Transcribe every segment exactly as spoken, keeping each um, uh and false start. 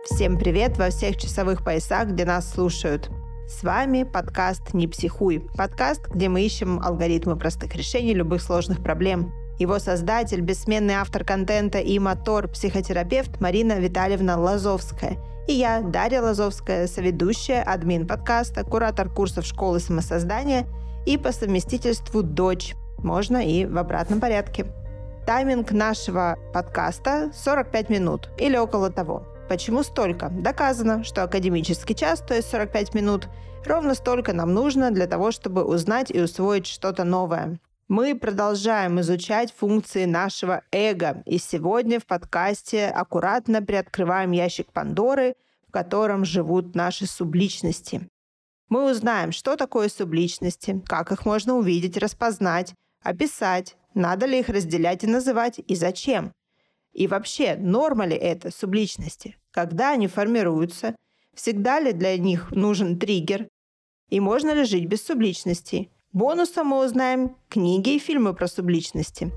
Всем привет во всех часовых поясах, где нас слушают. С вами подкаст «Не психуй». Подкаст, где мы ищем алгоритмы простых решений любых сложных проблем. Его создатель, бессменный автор контента и мотор, психотерапевт Марина Витальевна Лазовская. И я, Дарья Лазовская, соведущая, админ подкаста, куратор курсов школы самосоздания и по совместительству дочь. Можно и в обратном порядке. Тайминг нашего подкаста сорок пять минут или около того. Почему столько? Доказано, что академический час, то есть сорок пять минут, ровно столько нам нужно для того, чтобы узнать и усвоить что-то новое. Мы продолжаем изучать функции нашего эго, и сегодня в подкасте аккуратно приоткрываем ящик Пандоры, в котором живут наши субличности. Мы узнаем, что такое субличности, как их можно увидеть, распознать, описать, надо ли их разделять и называть, и зачем. И вообще, норма ли это субличности? Когда они формируются? Всегда ли для них нужен триггер? И можно ли жить без субличностей? Бонусом мы узнаем книги и фильмы про субличности.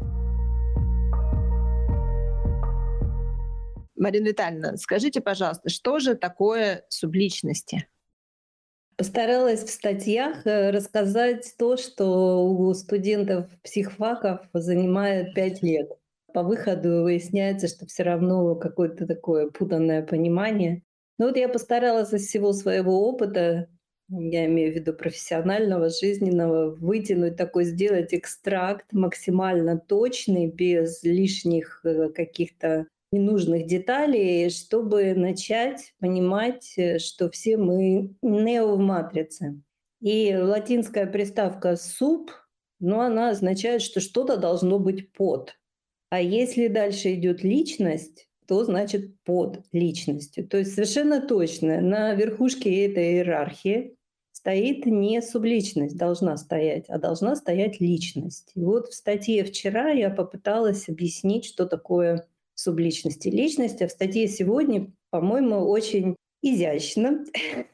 Марина Витальевна, скажите, пожалуйста, что же такое субличности? Постаралась в статьях рассказать то, что у студентов психфаков занимает пять лет. По выходу выясняется, что все равно какое-то такое путанное понимание. Но вот я постаралась из всего своего опыта, я имею в виду профессионального, жизненного, вытянуть такой, сделать экстракт максимально точный, без лишних каких-то ненужных деталей, чтобы начать понимать, что все мы нео в матрице. И латинская приставка «суп», ну, она означает, что что-то должно быть под. А если дальше идет личность, то значит под личностью. То есть совершенно точно на верхушке этой иерархии стоит не субличность, должна стоять, а должна стоять личность. И вот в статье вчера я попыталась объяснить, что такое субличность и личность, а в статье сегодня, по-моему, очень изящно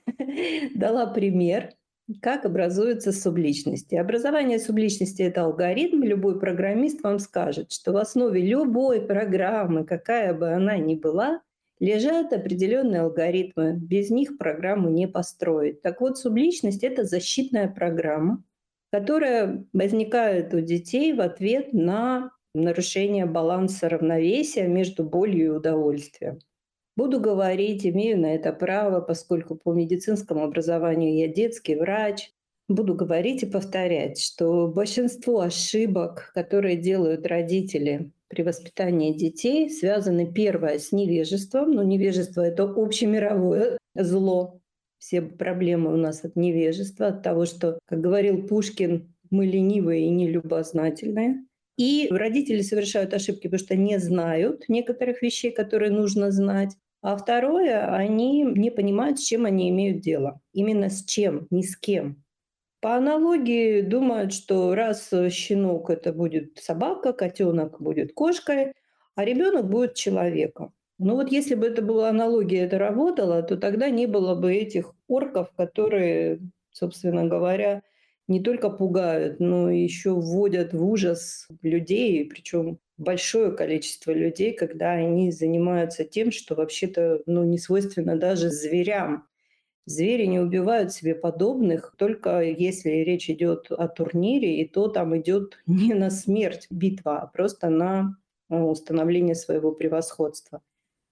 дала пример, как образуются субличности. Образование субличности — это алгоритм. Любой программист вам скажет, что в основе любой программы, какая бы она ни была, лежат определенные алгоритмы. Без них программу не построить. Так вот, субличность — это защитная программа, которая возникает у детей в ответ на нарушение баланса равновесия между болью и удовольствием. Буду говорить, имею на это право, поскольку по медицинскому образованию я детский врач. Буду говорить и повторять, что большинство ошибок, которые делают родители при воспитании детей, связаны, первое, с невежеством. Но невежество — это общемировое зло. Все проблемы у нас от невежества, от того, что, как говорил Пушкин, мы ленивые и нелюбознательные. И родители совершают ошибки, потому что не знают некоторых вещей, которые нужно знать. А второе, они не понимают, с чем они имеют дело. Именно с чем, не с кем. По аналогии думают, что раз щенок — это будет собака, котенок будет кошкой, а ребенок будет человеком. Ну вот если бы это была аналогия, это работало, то тогда не было бы этих орков, которые, собственно говоря, не только пугают, но еще вводят в ужас людей, причем большое количество людей, когда они занимаются тем, что вообще-то ну, не свойственно даже зверям. Звери не убивают себе подобных, только если речь идет о турнире, и то там идет не на смерть битва, а просто на установление своего превосходства.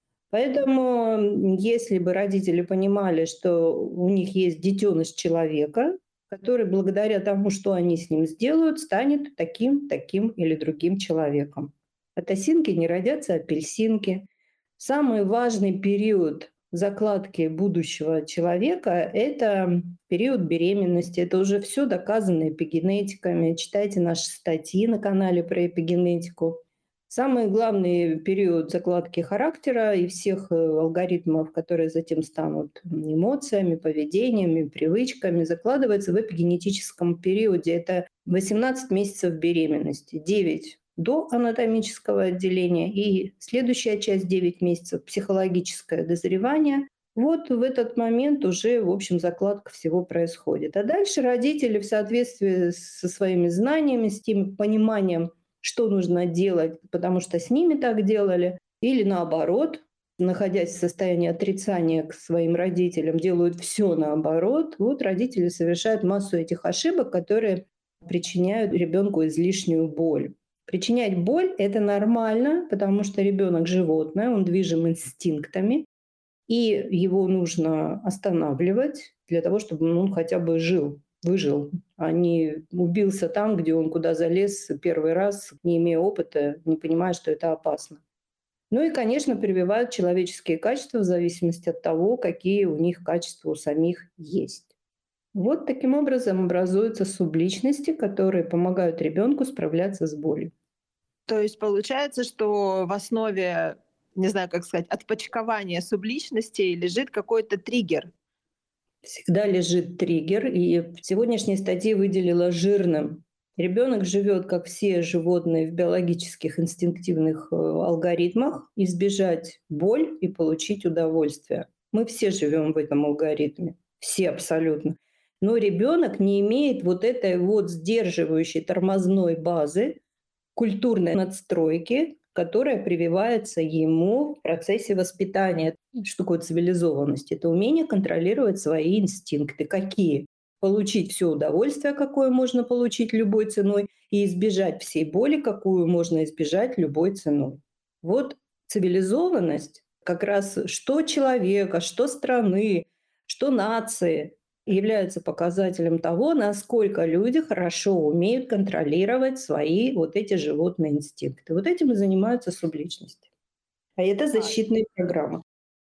Поэтому, если бы родители понимали, что у них есть детеныш человека, который благодаря тому, что они с ним сделают, станет таким, таким или другим человеком. От осинки не родятся апельсинки. Самый важный период закладки будущего человека — это период беременности. Это уже все доказано эпигенетиками. Читайте наши статьи на канале про эпигенетику. Самый главный период закладки характера и всех алгоритмов, которые затем станут эмоциями, поведениями, привычками, закладывается в эпигенетическом периоде. Это восемнадцать месяцев беременности, девять до анатомического отделения и следующая часть девять месяцев психологическое дозревание. Вот в этот момент уже, в общем, закладка всего происходит. А дальше родители в соответствии со своими знаниями, с тем пониманием, что нужно делать, потому что с ними так делали, или наоборот, находясь в состоянии отрицания к своим родителям, делают все наоборот, вот родители совершают массу этих ошибок, которые причиняют ребенку излишнюю боль. Причинять боль — это нормально, потому что ребенок животное, он движим инстинктами, и его нужно останавливать для того, чтобы он хотя бы жил, выжил, а не убился там, где он куда залез первый раз, не имея опыта, не понимая, что это опасно. Ну и, конечно, прививают человеческие качества в зависимости от того, какие у них качества у самих есть. Вот таким образом образуются субличности, которые помогают ребенку справляться с болью. То есть получается, что в основе, не знаю, как сказать, отпочкования субличностей лежит какой-то триггер. Всегда лежит триггер, и в сегодняшней статье выделила жирным. Ребенок живет, как все животные, в биологических инстинктивных э, алгоритмах, избежать боль и получить удовольствие. Мы все живем в этом алгоритме, все абсолютно. Но ребенок не имеет вот этой вот сдерживающей тормозной базы, культурной надстройки, которая прививается ему в процессе воспитания. Что такое цивилизованность? Это умение контролировать свои инстинкты. Какие? Получить все удовольствие, какое можно получить любой ценой, и избежать всей боли, какую можно избежать любой ценой. Вот цивилизованность как раз что человека, что страны, что нации является показателем того, насколько люди хорошо умеют контролировать свои вот эти животные инстинкты. Вот этим и занимаются субличности. А это защитные программы.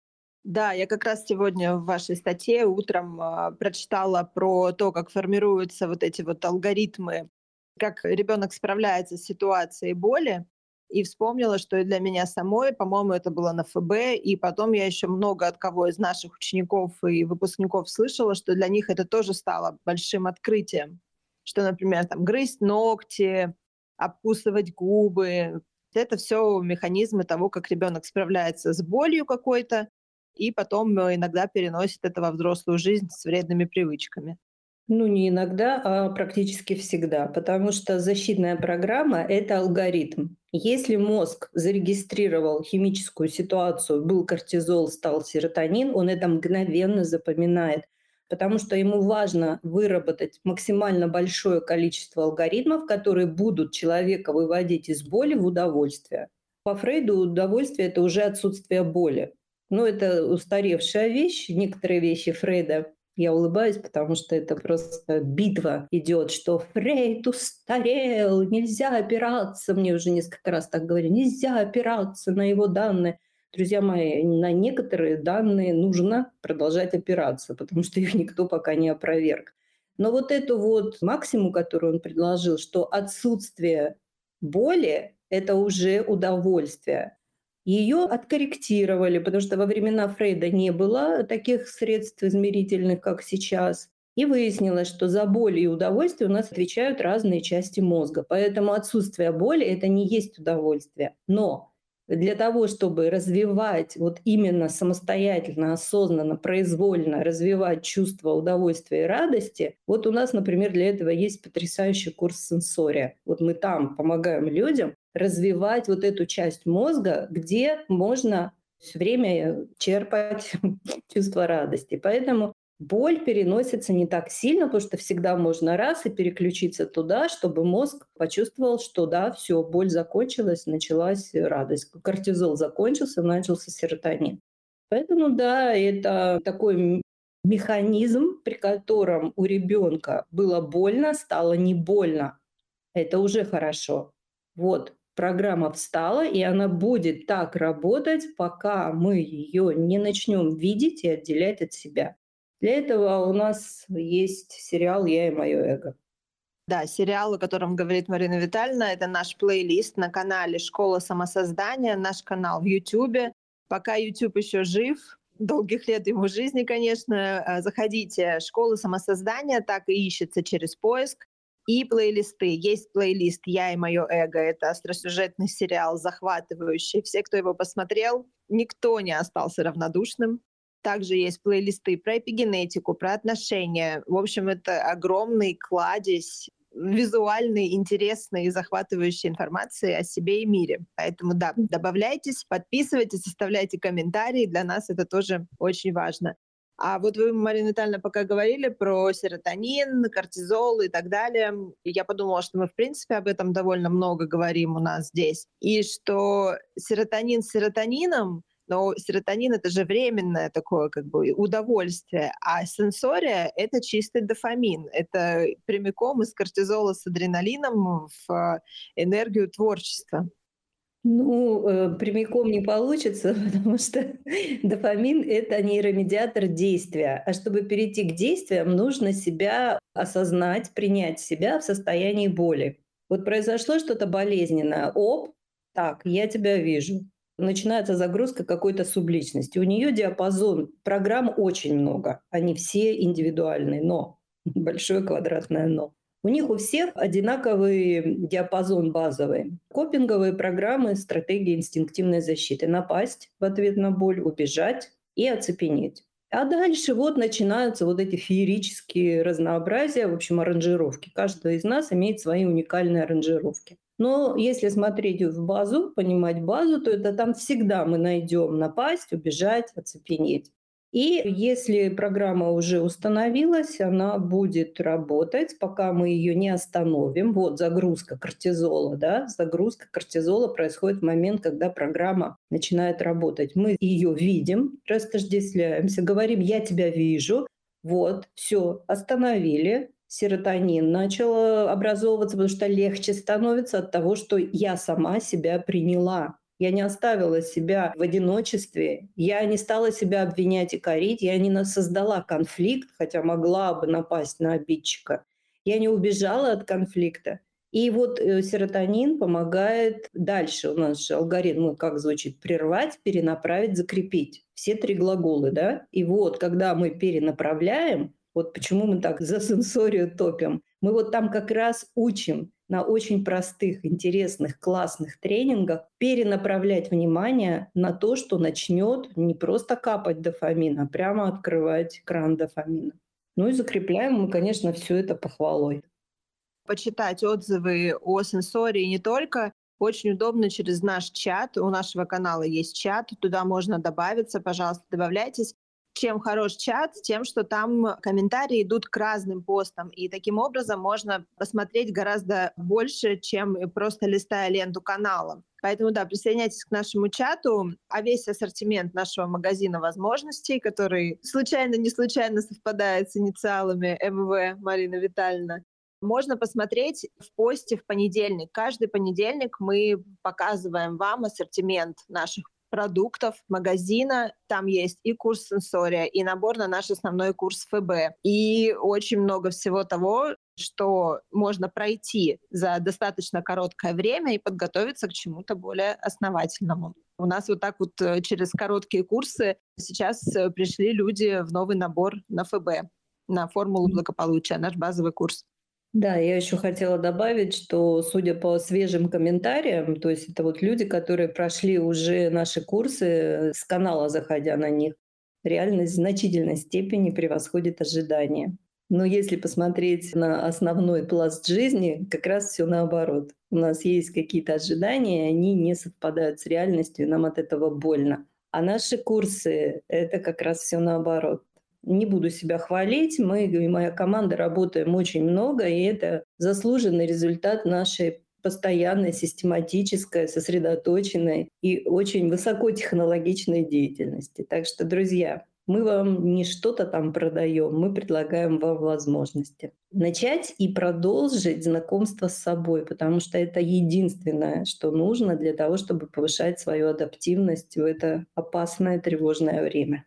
Да, я как раз сегодня в вашей статье утром а, прочитала про то, как формируются вот эти вот алгоритмы, как ребенок справляется с ситуацией боли, и вспомнила, что и для меня самой, по-моему, это было на эф бэ, и потом я еще много от кого из наших учеников и выпускников слышала, что для них это тоже стало большим открытием, что, например, там грызть ногти, обкусывать губы, это все механизмы того, как ребенок справляется с болью какой-то, и потом э, иногда переносит это во взрослую жизнь с вредными привычками. Ну, не иногда, а практически всегда, потому что защитная программа — это алгоритм. Если мозг зарегистрировал химическую ситуацию, был кортизол, стал серотонин, он это мгновенно запоминает, потому что ему важно выработать максимально большое количество алгоритмов, которые будут человека выводить из боли в удовольствие. По Фрейду удовольствие — это уже отсутствие боли. Но это устаревшая вещь. Некоторые вещи Фрейда, я улыбаюсь, потому что это просто битва идет, что Фрейд устарел, нельзя опираться. Мне уже несколько раз так говорили, нельзя опираться на его данные. Друзья мои, на некоторые данные нужно продолжать опираться, потому что их никто пока не опроверг. Но вот эту вот максимум, которую он предложил, что отсутствие боли — это уже удовольствие. Ее откорректировали, потому что во времена Фрейда не было таких средств измерительных, как сейчас. И выяснилось, что за боль и удовольствие у нас отвечают разные части мозга. Поэтому отсутствие боли — это не есть удовольствие. Но для того, чтобы развивать вот именно самостоятельно, осознанно, произвольно развивать чувство удовольствия и радости, вот у нас, например, для этого есть потрясающий курс сенсория. Вот мы там помогаем людям развивать вот эту часть мозга, где можно все время черпать чувство радости. Поэтому боль переносится не так сильно, потому что всегда можно раз и переключиться туда, чтобы мозг почувствовал, что да, все, боль закончилась, началась радость. Кортизол закончился, начался серотонин. Поэтому да, это такой механизм, при котором у ребенка было больно, стало не больно. Это уже хорошо. Вот, программа встала, и она будет так работать, пока мы ее не начнем видеть и отделять от себя. Для этого у нас есть сериал «Я и мое эго». Да, сериал, о котором говорит Марина Витальевна, это наш плейлист на канале «Школа самосоздания», наш канал в Ютубе. Пока YouTube еще жив, долгих лет ему жизни, конечно, э, заходите. «Школа самосоздания», так и ищется через поиск. И плейлисты. Есть плейлист «Я и мое эго». Это остросюжетный сериал, захватывающий. Все, кто его посмотрел, никто не остался равнодушным. Также есть плейлисты про эпигенетику, про отношения. В общем, это огромный кладезь визуальной, интересной и захватывающей информации о себе и мире. Поэтому да, добавляйтесь, подписывайтесь, оставляйте комментарии. Для нас это тоже очень важно. А вот вы, Марина Витальевна, пока говорили про серотонин, кортизол и так далее, я подумала, что мы, в принципе, об этом довольно много говорим у нас здесь. И что серотонин с серотонином, но серотонин — это же временное такое как бы удовольствие, а сенсория — это чистый дофамин. Это прямиком из кортизола с адреналином в энергию творчества. Ну, э, прямиком не получится, потому что дофамин — это нейромедиатор действия. А чтобы перейти к действиям, нужно себя осознать, принять себя в состоянии боли. Вот произошло что-то болезненное. Оп, так, я тебя вижу. Начинается загрузка какой-то субличности. У нее диапазон программ очень много. Они все индивидуальные, но большое квадратное но. У них у всех одинаковый диапазон базовый. Копинговые программы, стратегии инстинктивной защиты. Напасть в ответ на боль, убежать и оцепенеть. А дальше вот начинаются вот эти феерические разнообразия, в общем, аранжировки. Каждый из нас имеет свои уникальные аранжировки. Но если смотреть в базу, понимать базу, то это там всегда мы найдем напасть, убежать, оцепенеть. И если программа уже установилась, она будет работать, пока мы ее не остановим. Вот загрузка кортизола, да, загрузка кортизола происходит в момент, когда программа начинает работать. Мы ее видим, растождествляемся, говорим: «Я тебя вижу». Вот, все, остановили. Серотонин начал образовываться, потому что легче становится от того, что я сама себя приняла. Я не оставила себя в одиночестве, я не стала себя обвинять и корить, я не создала конфликт, хотя могла бы напасть на обидчика. Я не убежала от конфликта. И вот серотонин помогает дальше. У нас же алгоритм, ну, как звучит, прервать, перенаправить, закрепить. Все три глагола, да? И вот, когда мы перенаправляем, вот почему мы так за сенсорию топим, мы вот там как раз учим на очень простых, интересных, классных тренингах перенаправлять внимание на то, что начнет не просто капать дофамин, а прямо открывать кран дофамина. Ну и закрепляем мы, конечно, все это похвалой. Почитать отзывы о сенсории не только. Очень удобно через наш чат. У нашего канала есть чат, туда можно добавиться. Пожалуйста, добавляйтесь. Чем хорош чат? Тем, что там комментарии идут к разным постам. И таким образом можно посмотреть гораздо больше, чем просто листая ленту канала. Поэтому, да, присоединяйтесь к нашему чату. А весь ассортимент нашего магазина возможностей, который случайно, не случайно совпадает с инициалами эм вэ Марина Витальевна, можно посмотреть в посте в понедельник. Каждый понедельник мы показываем вам ассортимент наших продуктов магазина. Там есть и курс сенсория, и набор на наш основной курс эф бэ. И очень много всего того, что можно пройти за достаточно короткое время и подготовиться к чему-то более основательному. У нас вот так вот через короткие курсы сейчас пришли люди в новый набор на эф бэ, на формулу благополучия, наш базовый курс. Да, я еще хотела добавить, что, судя по свежим комментариям, то есть это вот люди, которые прошли уже наши курсы с канала, заходя на них, реальность в значительной степени превосходит ожидания. Но если посмотреть на основной пласт жизни, как раз все наоборот. У нас есть какие-то ожидания, они не совпадают с реальностью, и нам от этого больно. А наши курсы — это как раз все наоборот. Не буду себя хвалить, мы и моя команда работаем очень много, и это заслуженный результат нашей постоянной, систематической, сосредоточенной и очень высокотехнологичной деятельности. Так что, друзья, мы вам не что-то там продаем, мы предлагаем вам возможности начать и продолжить знакомство с собой, потому что это единственное, что нужно для того, чтобы повышать свою адаптивность в это опасное, тревожное время.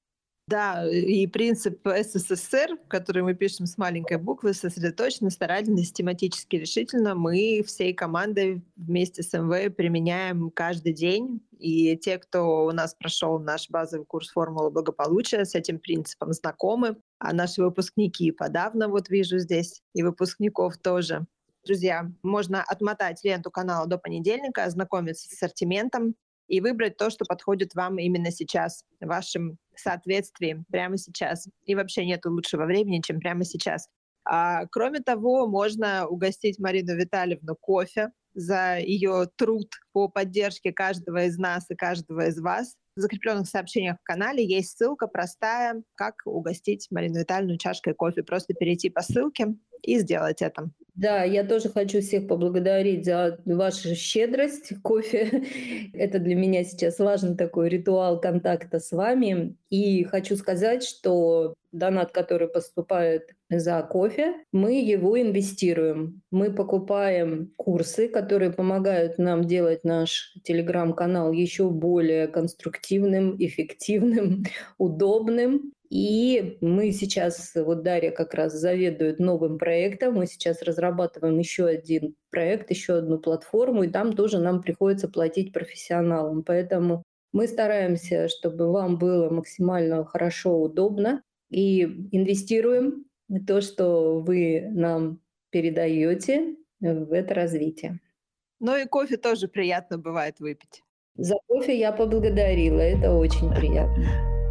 Да, и принцип эс эс эс эр, который мы пишем с маленькой буквы, сосредоточенно, старательно, систематически, решительно, мы всей командой вместе с эм вэ применяем каждый день. И те, кто у нас прошел наш базовый курс «Формула благополучия», с этим принципом знакомы. А наши выпускники подавно, вот вижу здесь, и выпускников тоже. Друзья, можно отмотать ленту канала до понедельника, ознакомиться с ассортиментом и выбрать то, что подходит вам именно сейчас, в вашем соответствии прямо сейчас. И вообще нету лучшего времени, чем прямо сейчас. А, кроме того, можно угостить Марину Витальевну кофе за ее труд по поддержке каждого из нас и каждого из вас. В закрепленных сообщениях в канале есть ссылка простая, как угостить Марину Витальевну чашкой кофе. Просто перейти по ссылке и сделать это. Да, я тоже хочу всех поблагодарить за вашу щедрость. Кофе — это для меня сейчас важный такой ритуал контакта с вами. И хочу сказать, что донат, который поступает за кофе, мы его инвестируем. Мы покупаем курсы, которые помогают нам делать наш телеграм-канал еще более конструктивным, эффективным, удобным. И мы сейчас, вот Дарья как раз заведует новым проектом, мы сейчас разрабатываем еще один проект, еще одну платформу, и там тоже нам приходится платить профессионалам. Поэтому мы стараемся, чтобы вам было максимально хорошо, удобно, и инвестируем в то, что вы нам передаете, в это развитие. Ну и кофе тоже приятно бывает выпить. За кофе я поблагодарила, это очень приятно.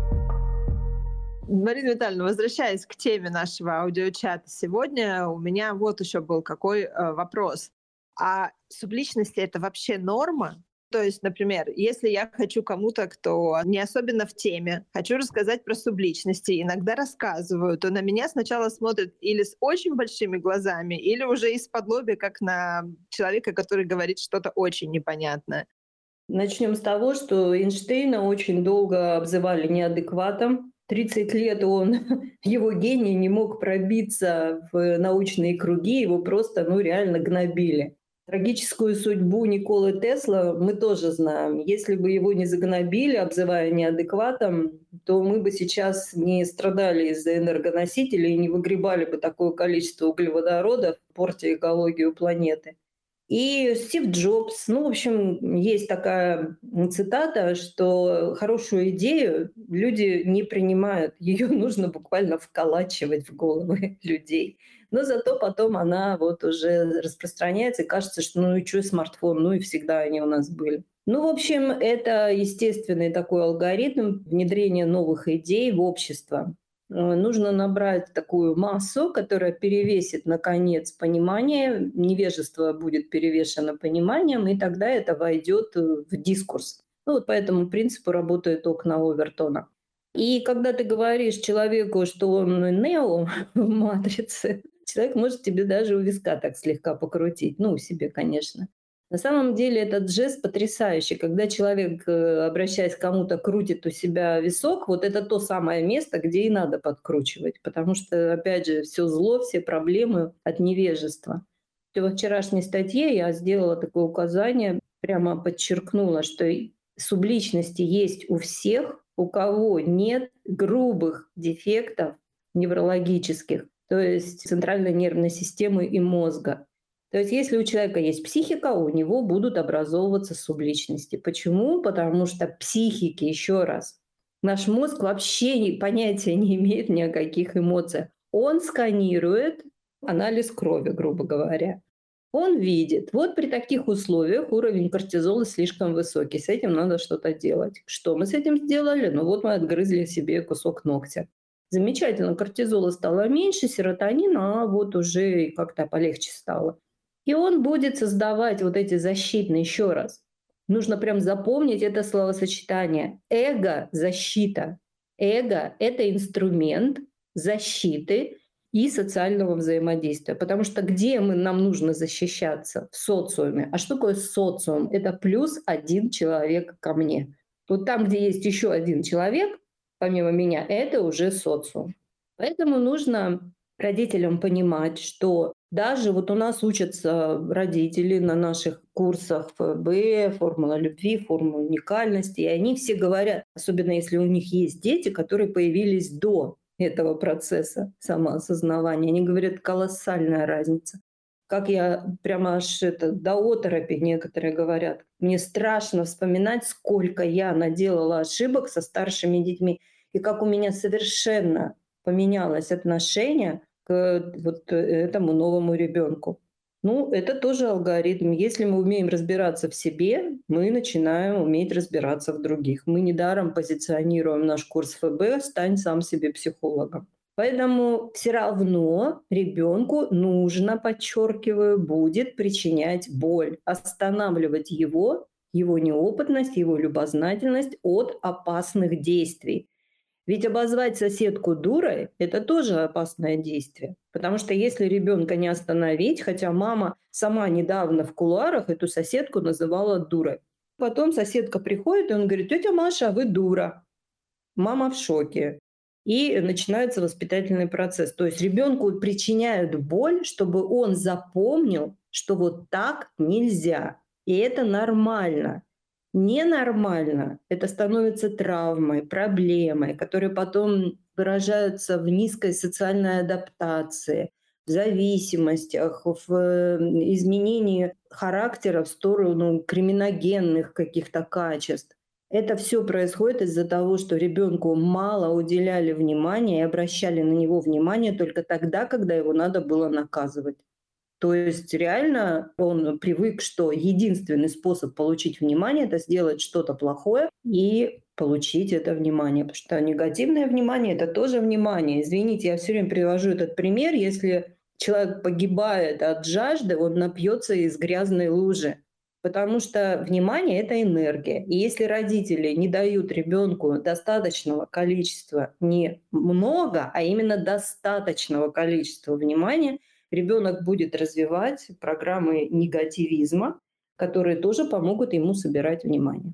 Марина Витальевна, возвращаясь к теме нашего аудиочата сегодня, у меня вот еще был какой э, вопрос. А субличности — это вообще норма? То есть, например, если я хочу кому-то, кто не особенно в теме, хочу рассказать про субличности, иногда рассказываю, то на меня сначала смотрят или с очень большими глазами, или уже из-под-лобья, как на человека, который говорит что-то очень непонятное. Начнем с того, что Эйнштейна очень долго обзывали неадекватом. тридцать лет он, его гений не мог пробиться в научные круги, его просто, ну, реально гнобили. Трагическую судьбу Николы Тесла мы тоже знаем. Если бы его не загнобили, обзывая неадекватом, то мы бы сейчас не страдали из-за энергоносителей и не выгребали бы такое количество углеводородов, портя экологию планеты. И Стив Джобс, ну, в общем, есть такая цитата, что хорошую идею люди не принимают, ее нужно буквально вколачивать в головы людей. Но зато потом она вот уже распространяется, и кажется, что ну и что смартфон, ну и всегда они у нас были. Ну, в общем, это естественный такой алгоритм внедрения новых идей в общество. Нужно набрать такую массу, которая перевесит, наконец, понимание, невежество будет перевешено пониманием, и тогда это войдет в дискурс. Ну, вот по этому принципу работает окна Овертона. И когда ты говоришь человеку, что он нео в «Матрице», человек может тебе даже у виска так слегка покрутить. Ну, у себя, конечно. На самом деле этот жест потрясающий. Когда человек, обращаясь к кому-то, крутит у себя висок, вот это то самое место, где и надо подкручивать. Потому что, опять же, все зло, все проблемы от невежества. Во вчерашней статье я сделала такое указание, прямо подчеркнула, что субличности есть у всех, у кого нет грубых дефектов неврологических, то есть центральной нервной системы и мозга. То есть если у человека есть психика, у него будут образовываться субличности. Почему? Потому что психики, еще раз, наш мозг вообще понятия не имеет ни о каких эмоциях. Он сканирует анализ крови, грубо говоря. Он видит, вот при таких условиях уровень кортизола слишком высокий, с этим надо что-то делать. Что мы с этим сделали? Ну вот мы отгрызли себе кусок ногтя. Замечательно, кортизола стало меньше, серотонина, а вот уже как-то полегче стало. И он будет создавать вот эти защитные, еще раз. Нужно прям запомнить это словосочетание. Эго-защита. Эго — это инструмент защиты и социального взаимодействия. Потому что где мы, нам нужно защищаться? В социуме. А что такое социум? Это плюс один человек ко мне. Вот там, где есть еще один человек, помимо меня, это уже социум. Поэтому нужно родителям понимать, что даже вот у нас учатся родители на наших курсах ФБ, формула любви, формула уникальности, и они все говорят, особенно если у них есть дети, которые появились до этого процесса самоосознавания, они говорят, колоссальная разница. Как я прямо аж это, до оторопи некоторые говорят. Мне страшно вспоминать, сколько я наделала ошибок со старшими детьми, и как у меня совершенно поменялось отношение к вот этому новому ребенку. Ну, это тоже алгоритм. Если мы умеем разбираться в себе, мы начинаем уметь разбираться в других. Мы недаром позиционируем наш курс ФБ «Стань сам себе психологом». Поэтому все равно ребенку нужно, подчеркиваю, будет причинять боль, останавливать его, его неопытность, его любознательность от опасных действий. Ведь обозвать соседку дурой – это тоже опасное действие. Потому что если ребенка не остановить, хотя мама сама недавно в кулуарах эту соседку называла дурой. Потом соседка приходит, и он говорит: тетя Маша, а вы дура. Мама в шоке. И начинается воспитательный процесс. То есть ребенку причиняют боль, чтобы он запомнил, что вот так нельзя. И это нормально. Ненормально. Это становится травмой, проблемой, которые потом выражаются в низкой социальной адаптации, в зависимостях, в изменении характера в сторону криминогенных каких-то качеств. Это все происходит из-за того, что ребенку мало уделяли внимания и обращали на него внимание только тогда, когда его надо было наказывать. То есть реально он привык, что единственный способ получить внимание – это сделать что-то плохое и получить это внимание. Потому что негативное внимание – это тоже внимание. Извините, я все время привожу этот пример. Если человек погибает от жажды, он напьется из грязной лужи. Потому что внимание – это энергия. И если родители не дают ребенку достаточного количества, не много, а именно достаточного количества внимания, ребенок будет развивать программы негативизма, которые тоже помогут ему собирать внимание.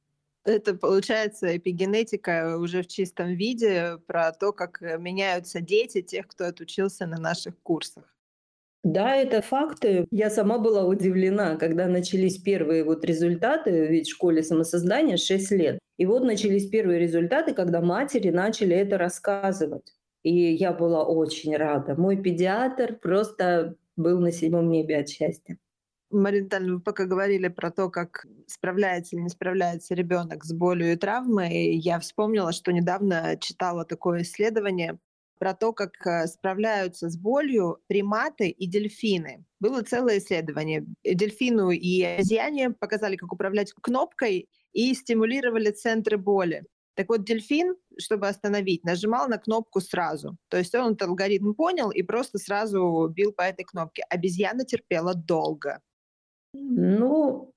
Это получается эпигенетика уже в чистом виде про то, как меняются дети тех, кто отучился на наших курсах. Да, это факты. Я сама была удивлена, когда начались первые вот результаты, ведь в школе самосоздания шесть лет. И вот начались первые результаты, когда матери начали это рассказывать. И я была очень рада. Мой педиатр просто был на седьмом небе от счастья. Марина Витальевна, вы пока говорили про то, как справляется или не справляется ребенок с болью и травмой, я вспомнила, что недавно читала такое исследование про то, как справляются с болью приматы и дельфины. Было целое исследование. Дельфину и обезьяне показали, как управлять кнопкой, и стимулировали центры боли. Так вот, дельфин, чтобы остановить, нажимал на кнопку сразу. То есть он этот алгоритм понял и просто сразу бил по этой кнопке. Обезьяна терпела долго. Ну,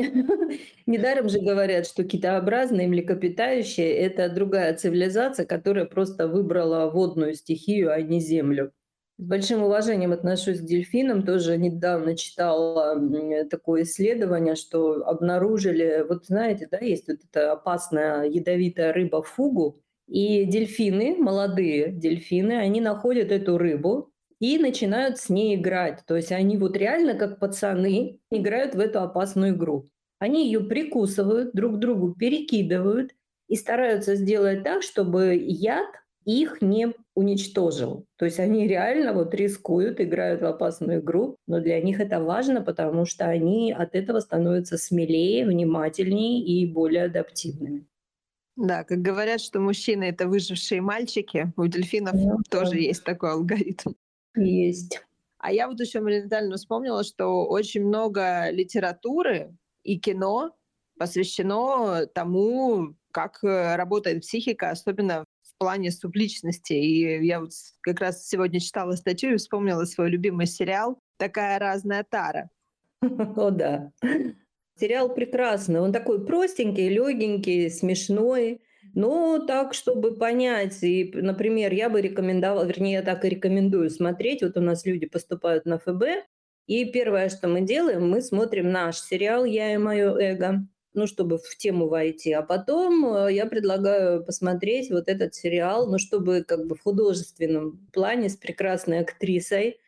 недаром же говорят, что китообразные млекопитающие – это другая цивилизация, которая просто выбрала водную стихию, а не землю. С большим уважением отношусь к дельфинам. Тоже недавно читала такое исследование, что обнаружили, вот знаете, да, есть вот эта опасная ядовитая рыба фугу, и дельфины, молодые дельфины, они находят эту рыбу и начинают с ней играть. То есть они вот реально как пацаны играют в эту опасную игру. Они ее прикусывают, друг другу перекидывают и стараются сделать так, чтобы яд их не уничтожил. То есть они реально вот рискуют, играют в опасную игру, но для них это важно, потому что они от этого становятся смелее, внимательнее и более адаптивными. Да, как говорят, что мужчины — это выжившие мальчики, у дельфинов Ну, тоже да. есть такой алгоритм. Есть. А я вот еще, Марина Витальевна, вспомнила, что очень много литературы и кино посвящено тому, как работает психика, особенно в плане субличности. И я вот как раз сегодня читала статью и вспомнила свой любимый сериал «Такая разная тара». О, да. Сериал прекрасный. Он такой простенький, легенький, смешной. Но так, чтобы понять, и, например, я бы рекомендовала, вернее, я так и рекомендую смотреть. Вот у нас люди поступают на эф бэ, и первое, что мы делаем, мы смотрим наш сериал «Я и мое эго», ну, чтобы в тему войти. А потом я предлагаю посмотреть вот этот сериал, ну, чтобы как бы в художественном плане с прекрасной актрисой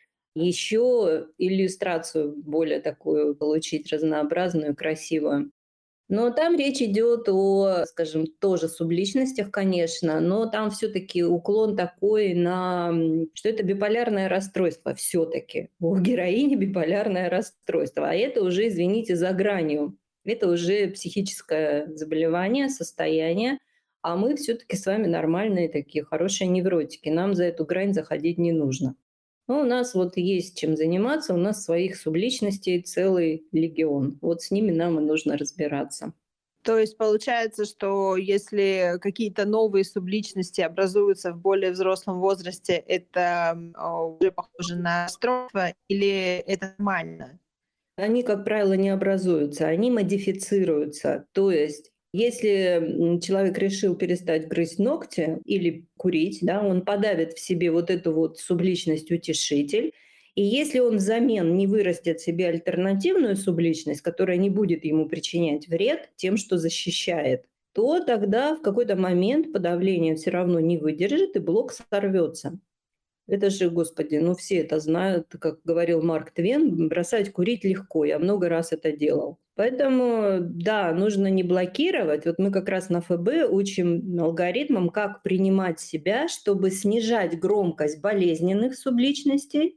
еще иллюстрацию более такую получить, разнообразную, красивую. Но там речь идет о, скажем, тоже субличностях, конечно, но там все-таки уклон такой на, что это биполярное расстройство все-таки. У героини биполярное расстройство, а это уже, извините, за гранью. Это уже психическое заболевание, состояние, а мы все-таки с вами нормальные такие, хорошие невротики. Нам за эту грань заходить не нужно. Но у нас вот есть чем заниматься, у нас своих субличностей целый легион. Вот с ними нам и нужно разбираться. То есть получается, что если какие-то новые субличности образуются в более взрослом возрасте, это м, а, уже похоже на расстройство или это нормально? Они, как правило, не образуются, они модифицируются. То есть, если м, человек решил перестать грызть ногти или курить, да, он подавит в себе вот эту вот субличность-утешитель. И если он взамен не вырастет себе альтернативную субличность, которая не будет ему причинять вред тем, что защищает, то тогда в какой-то момент подавление все равно не выдержит, и блок сорвется. Это же, господи, ну все это знают, как говорил Марк Твен, бросать курить легко, я много раз это делал. Поэтому, да, нужно не блокировать. Вот мы как раз на ФБ учим алгоритмам, как принимать себя, чтобы снижать громкость болезненных субличностей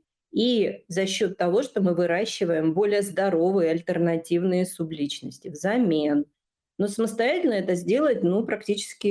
и за счет того, что мы выращиваем более здоровые альтернативные субличности взамен. Но самостоятельно это сделать, ну, практически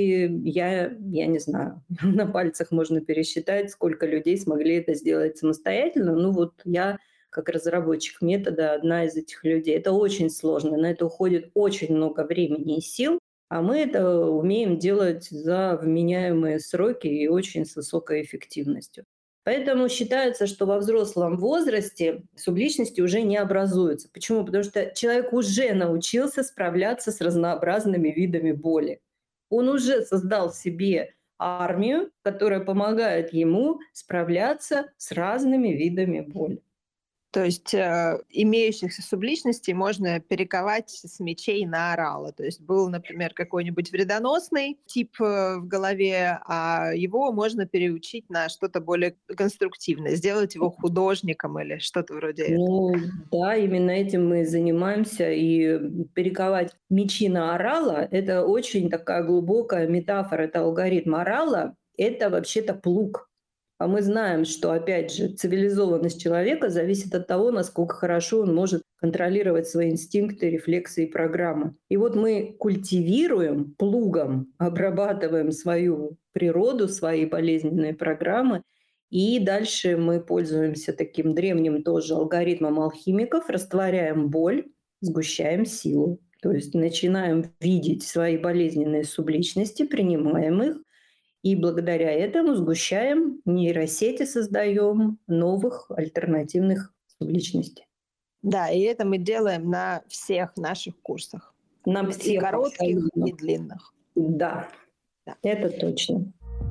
я, я не знаю, на пальцах можно пересчитать, сколько людей смогли это сделать самостоятельно. Ну, вот я как разработчик метода одна из этих людей. Это очень сложно, на это уходит очень много времени и сил, а мы это умеем делать за вменяемые сроки и очень с высокой эффективностью. Поэтому считается, что во взрослом возрасте субличности уже не образуются. Почему? Потому что человек уже научился справляться с разнообразными видами боли. Он уже создал в себе армию, которая помогает ему справляться с разными видами боли. То есть э, имеющихся субличностей можно перековать с мечей на орала. То есть был, например, какой-нибудь вредоносный тип э, в голове, а его можно переучить на что-то более конструктивное, сделать его художником или что-то вроде этого. Ну да, именно этим мы и занимаемся. И перековать мечи на орала — это очень такая глубокая метафора. Это алгоритм орала. Это вообще-то плуг. А мы знаем, что, опять же, цивилизованность человека зависит от того, насколько хорошо он может контролировать свои инстинкты, рефлексы и программы. И вот мы культивируем плугом, обрабатываем свою природу, свои болезненные программы, и дальше мы пользуемся таким древним тоже алгоритмом алхимиков, растворяем боль, сгущаем силу. То есть начинаем видеть свои болезненные субличности, принимаем их, и благодаря этому сгущаем нейросети, создаем новых альтернативных субличностей. Да, и это мы делаем на всех наших курсах. На И всех коротких, абсолютно. и длинных. Да, Да. это точно.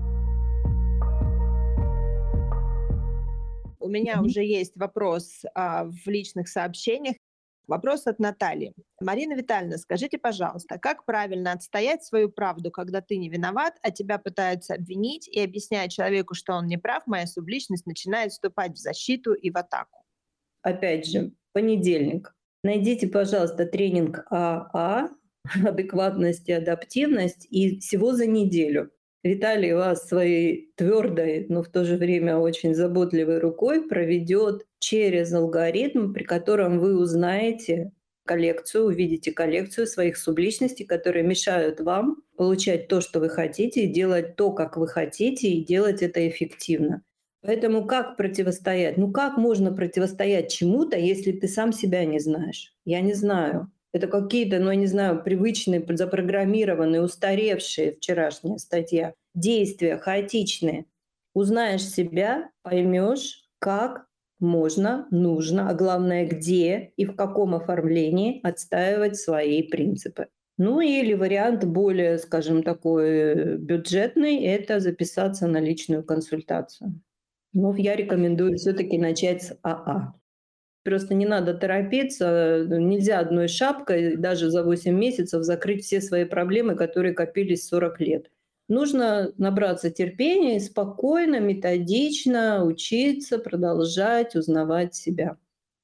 У меня Мгм. уже есть вопрос а, в личных сообщениях. Вопрос от Натальи. Марина Витальевна, скажите, пожалуйста, как правильно отстоять свою правду, когда ты не виноват, а тебя пытаются обвинить и объясняя человеку, что он не прав, моя субличность начинает вступать в защиту и в атаку? Опять же, понедельник. Найдите, пожалуйста, тренинг АА «Адекватность и адаптивность» и всего за неделю. Виталий вас своей твердой, но в то же время очень заботливой рукой проведет через алгоритм, при котором вы узнаете коллекцию, увидите коллекцию своих субличностей, которые мешают вам получать то, что вы хотите, и делать то, как вы хотите, и делать это эффективно. Поэтому как противостоять? Ну как можно противостоять чему-то, если ты сам себя не знаешь? Я не знаю. Это какие-то, ну я не знаю, привычные, запрограммированные, устаревшие, вчерашняя статья, действия хаотичные. Узнаешь себя, поймешь, как можно, нужно, а главное, где и в каком оформлении отстаивать свои принципы. Ну или вариант более, скажем, такой бюджетный — это записаться на личную консультацию. Ну, я рекомендую все-таки начать с АА. Просто не надо торопиться, нельзя одной шапкой даже за восемь месяцев закрыть все свои проблемы, которые копились сорок лет. Нужно набраться терпения и спокойно, методично учиться, продолжать узнавать себя.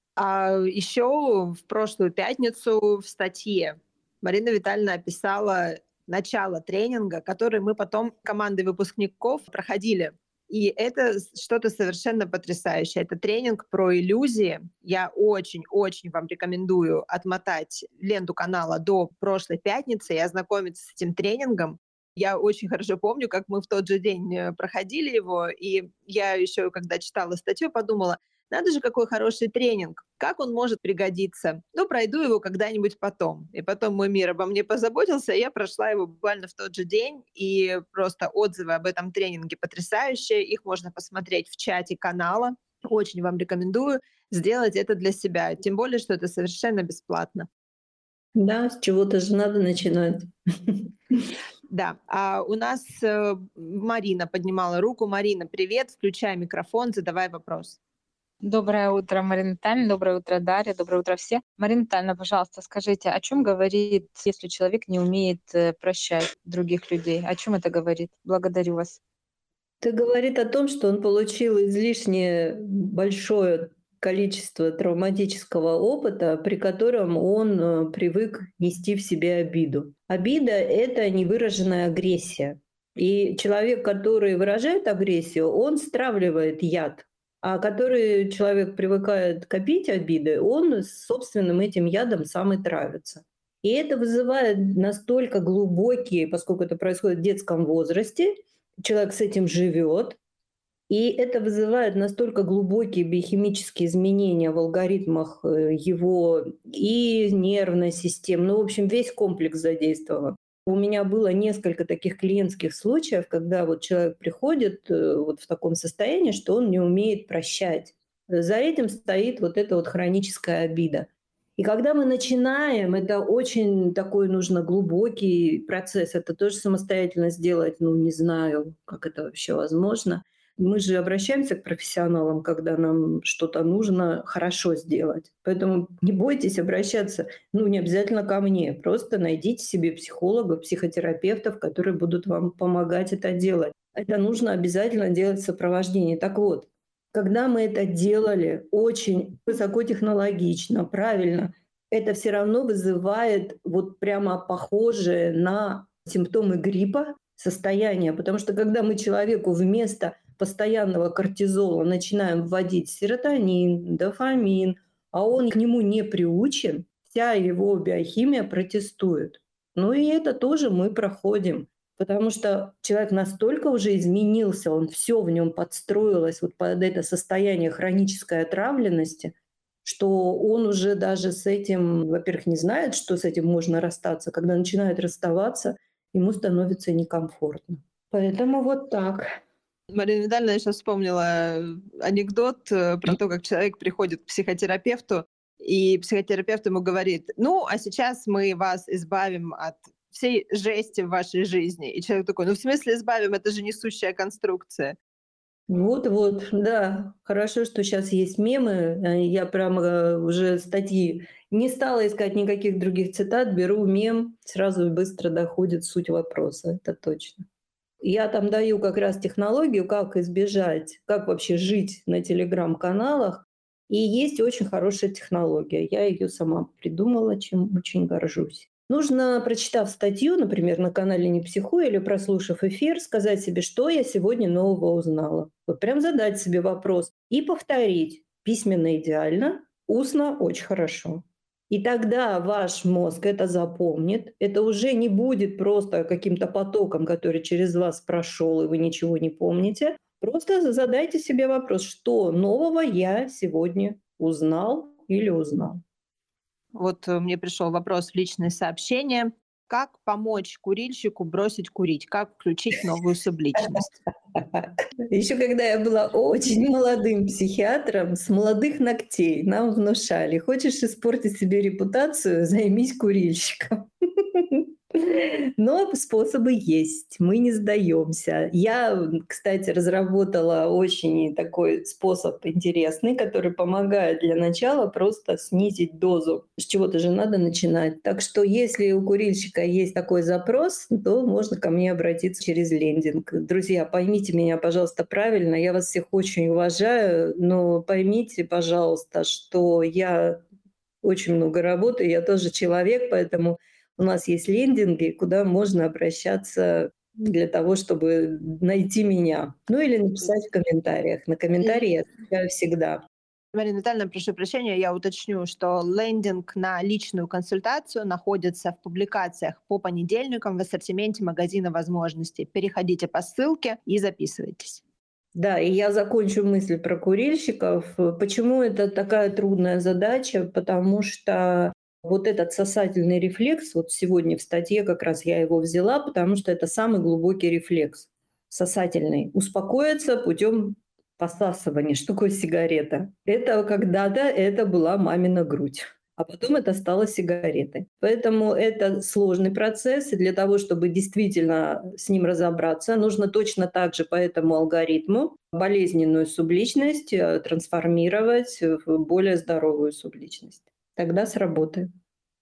А еще в прошлую пятницу в статье Марина Витальевна описала начало тренинга, который мы потом командой выпускников проходили. И это что-то совершенно потрясающее. Это тренинг про иллюзии. Я очень-очень вам рекомендую отмотать ленту канала до прошлой пятницы и ознакомиться с этим тренингом. Я очень хорошо помню, как мы в тот же день проходили его, и я еще, когда читала статью, подумала, надо же, какой хороший тренинг, как он может пригодиться? Ну, пройду его когда-нибудь потом. И потом мой мир обо мне позаботился, и я прошла его буквально в тот же день, и просто отзывы об этом тренинге потрясающие, их можно посмотреть в чате канала. Очень вам рекомендую сделать это для себя, тем более, что это совершенно бесплатно. Да, с чего-то же надо начинать. Да, а у нас э, Марина поднимала руку. Марина, привет, включай микрофон, задавай вопрос. Доброе утро, Марина Витальевна. Доброе утро, Дарья. Доброе утро все. Марина Витальевна, пожалуйста, скажите, о чем говорит, если человек не умеет э, прощать других людей? О чем это говорит? Благодарю вас. Это говорит о том, что он получил излишне большое количество травматического опыта, при котором он э, привык нести в себе обиду. Обида — это невыраженная агрессия. И человек, который выражает агрессию, он стравливает яд. А который человек привыкает копить обиды, он с собственным этим ядом сам и травится. И это вызывает настолько глубокие, поскольку это происходит в детском возрасте, человек с этим живет, и это вызывает настолько глубокие биохимические изменения в алгоритмах э, его и нервной системы. Ну, в общем, весь комплекс задействован. У меня было несколько таких клиентских случаев, когда вот человек приходит э, вот в таком состоянии, что он не умеет прощать. За этим стоит вот эта вот хроническая обида. И когда мы начинаем, это очень такой нужно глубокий процесс. Это тоже самостоятельно сделать, ну, не знаю, как это вообще возможно. Мы же обращаемся к профессионалам, когда нам что-то нужно хорошо сделать. Поэтому не бойтесь обращаться, ну, не обязательно ко мне. Просто найдите себе психологов, психотерапевтов, которые будут вам помогать это делать. Это нужно обязательно делать в сопровождении. Так вот, когда мы это делали очень высокотехнологично, правильно, это все равно вызывает вот прямо похожее на симптомы гриппа состояние. Потому что когда мы человеку вместо постоянного кортизола начинаем вводить серотонин, дофамин, а он к нему не приучен, вся его биохимия протестует. Ну и это тоже мы проходим. Потому что человек настолько уже изменился, он все в нем подстроилось вот под это состояние хронической отравленности, что он уже даже с этим, во-первых, не знает, что с этим можно расстаться. Когда начинает расставаться, ему становится некомфортно. Поэтому вот так. Марина Витальевна, я сейчас вспомнила анекдот э, про то, как человек приходит к психотерапевту, и психотерапевт ему говорит: ну, а сейчас мы вас избавим от всей жести в вашей жизни. И человек такой: ну, в смысле избавим? Это же несущая конструкция. Вот-вот, да. Хорошо, что сейчас есть мемы. Э, Я прямо уже статьи не стала искать никаких других цитат, беру мем, сразу и быстро доходит суть вопроса. Это точно. Я там даю как раз технологию, как избежать, как вообще жить на телеграм-каналах. И есть очень хорошая технология. Я ее сама придумала, чем очень горжусь. Нужно, прочитав статью, например, на канале «Не психуй» или прослушав эфир, сказать себе, что я сегодня нового узнала. Вот прям задать себе вопрос и повторить. Письменно идеально, устно очень хорошо. И тогда ваш мозг это запомнит. Это уже не будет просто каким-то потоком, который через вас прошел, и вы ничего не помните. Просто задайте себе вопрос, что нового я сегодня узнал или узнал. Вот э, мне пришел вопрос в личные сообщения. Как помочь курильщику бросить курить? Как включить новую субличность? Еще когда я была очень молодым психиатром, с молодых ногтей нам внушали: хочешь испортить себе репутацию, займись курильщиком. Но способы есть, мы не сдаемся. Я, кстати, разработала очень такой способ интересный, который помогает для начала просто снизить дозу. С чего-то же надо начинать. Так что если у курильщика есть такой запрос, то можно ко мне обратиться через лендинг. Друзья, поймите меня, пожалуйста, правильно. Я вас всех очень уважаю, но поймите, пожалуйста, что я очень много работаю, я тоже человек, поэтому у нас есть лендинги, куда можно обращаться для того, чтобы найти меня. Ну или написать в комментариях. На комментарии я отвечаю всегда. Марина Витальевна, прошу прощения, я уточню, что лендинг на личную консультацию находится в публикациях по понедельникам в ассортименте магазина возможностей. Переходите по ссылке и записывайтесь. Да, и я закончу мысль про курильщиков. Почему это такая трудная задача? Потому что вот этот сосательный рефлекс, вот сегодня в статье как раз я его взяла, потому что это самый глубокий рефлекс сосательный. Успокоиться путем посасывания. Что такое сигарета? Это когда-то это была мамина грудь. А потом это стало сигаретой. Поэтому это сложный процесс, и для того, чтобы действительно с ним разобраться, нужно точно так же по этому алгоритму болезненную субличность э, трансформировать в более здоровую субличность. Тогда сработает.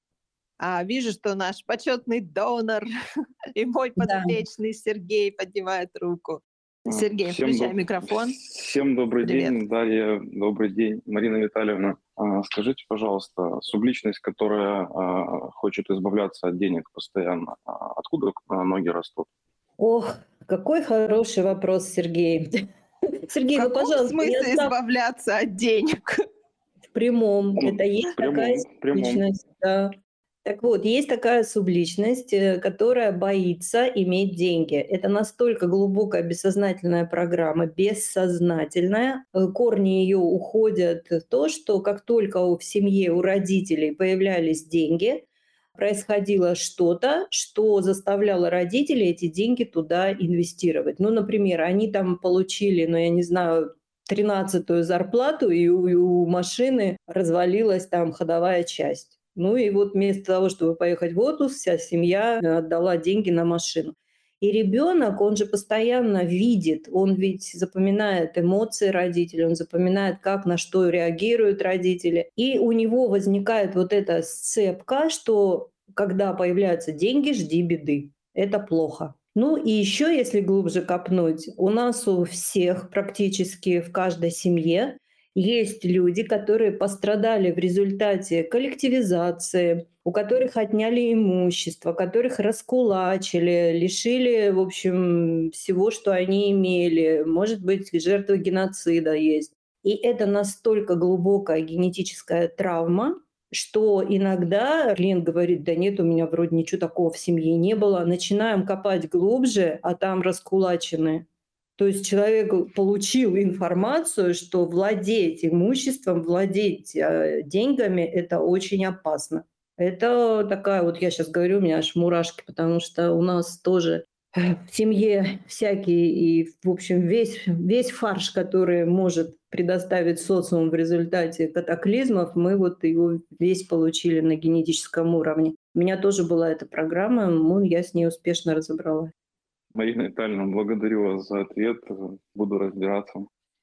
А, вижу, что наш почетный донор и мой Да. подопечный Сергей поднимает руку. А, Сергей, Всем, включай доб- микрофон. всем добрый Привет. день, Дарья, добрый день, Марина Витальевна. А, Скажите, пожалуйста, субличность, которая а, хочет избавляться от денег постоянно, а откуда а, ноги растут? Ох, какой хороший вопрос, Сергей. В Сергей, ну, каком пожалуйста, не смысле оставь избавляться от денег? в прямом. Ну, Это есть в прямом, такая в прямом. субличность, да. Так вот, есть такая субличность, э, которая боится иметь деньги. Это настолько глубокая бессознательная программа, бессознательная. Э, Корни ее уходят в то, что как только у- в семье у родителей появлялись деньги, происходило что-то, что заставляло родителей эти деньги туда инвестировать. Ну, например, они там получили, ну, я не знаю, тринадцатую зарплату, и у, и у машины развалилась там ходовая часть. Ну и вот вместо того, чтобы поехать в отпуск, вся семья э, отдала деньги на машину. И ребенок, он же постоянно видит, он ведь запоминает эмоции родителей, он запоминает, как на что реагируют родители. И у него возникает вот эта сцепка, что когда появляются деньги, жди беды. Это плохо. Ну и еще, если глубже копнуть, у нас у всех практически в каждой семье есть люди, которые пострадали в результате коллективизации, у которых отняли имущество, которых раскулачили, лишили, в общем, всего, что они имели. Может быть, жертвы геноцида есть. И это настолько глубокая генетическая травма, что иногда клиент говорит: да нет, у меня вроде ничего такого в семье не было. Начинаем копать глубже, а там раскулачены. То есть человек получил информацию, что владеть имуществом, владеть э, деньгами – это очень опасно. Это такая вот, я сейчас говорю, у меня аж мурашки, потому что у нас тоже э, в семье всякие, и, в общем, весь, весь фарш, который может предоставить социум в результате катаклизмов, мы вот его весь получили на генетическом уровне. У меня тоже была эта программа, ну, я с ней успешно разобралась. Марина Витальевна, благодарю вас за ответ, буду разбираться.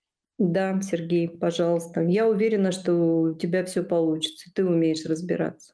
Да, Сергей, пожалуйста. Я уверена, что у тебя все получится, ты умеешь разбираться.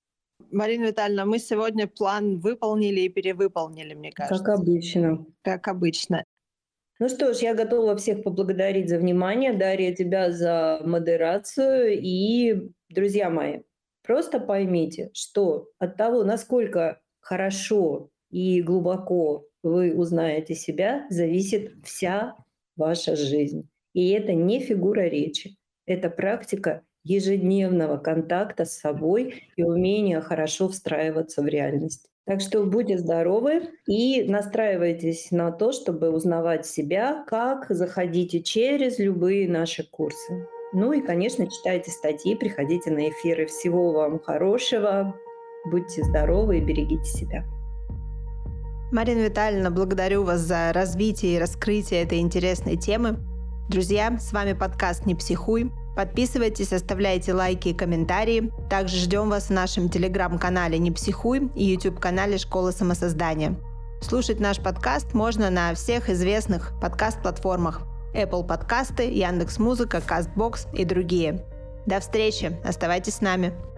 Марина Витальевна, мы сегодня план выполнили и перевыполнили, мне кажется. Как обычно. Как обычно. Ну что ж, я готова всех поблагодарить за внимание, Дарья, тебя за модерацию. И, друзья мои, просто поймите, что от того, насколько хорошо и глубоко вы узнаете себя, зависит вся ваша жизнь. И это не фигура речи, это практика ежедневного контакта с собой и умение хорошо встраиваться в реальность. Так что будьте здоровы и настраивайтесь на то, чтобы узнавать себя, как заходите через любые наши курсы. Ну и, конечно, читайте статьи, приходите на эфиры. Всего вам хорошего, будьте здоровы и берегите себя. Марина Витальевна, благодарю вас за развитие и раскрытие этой интересной темы. Друзья, с вами подкаст «Не психуй». Подписывайтесь, оставляйте лайки и комментарии. Также ждем вас в нашем телеграм-канале «Не психуй» и YouTube-канале «Школа самосоздания». Слушать наш подкаст можно на всех известных подкаст-платформах: Apple подкасты, Яндекс.Музыка, Castbox и другие. До встречи, оставайтесь с нами.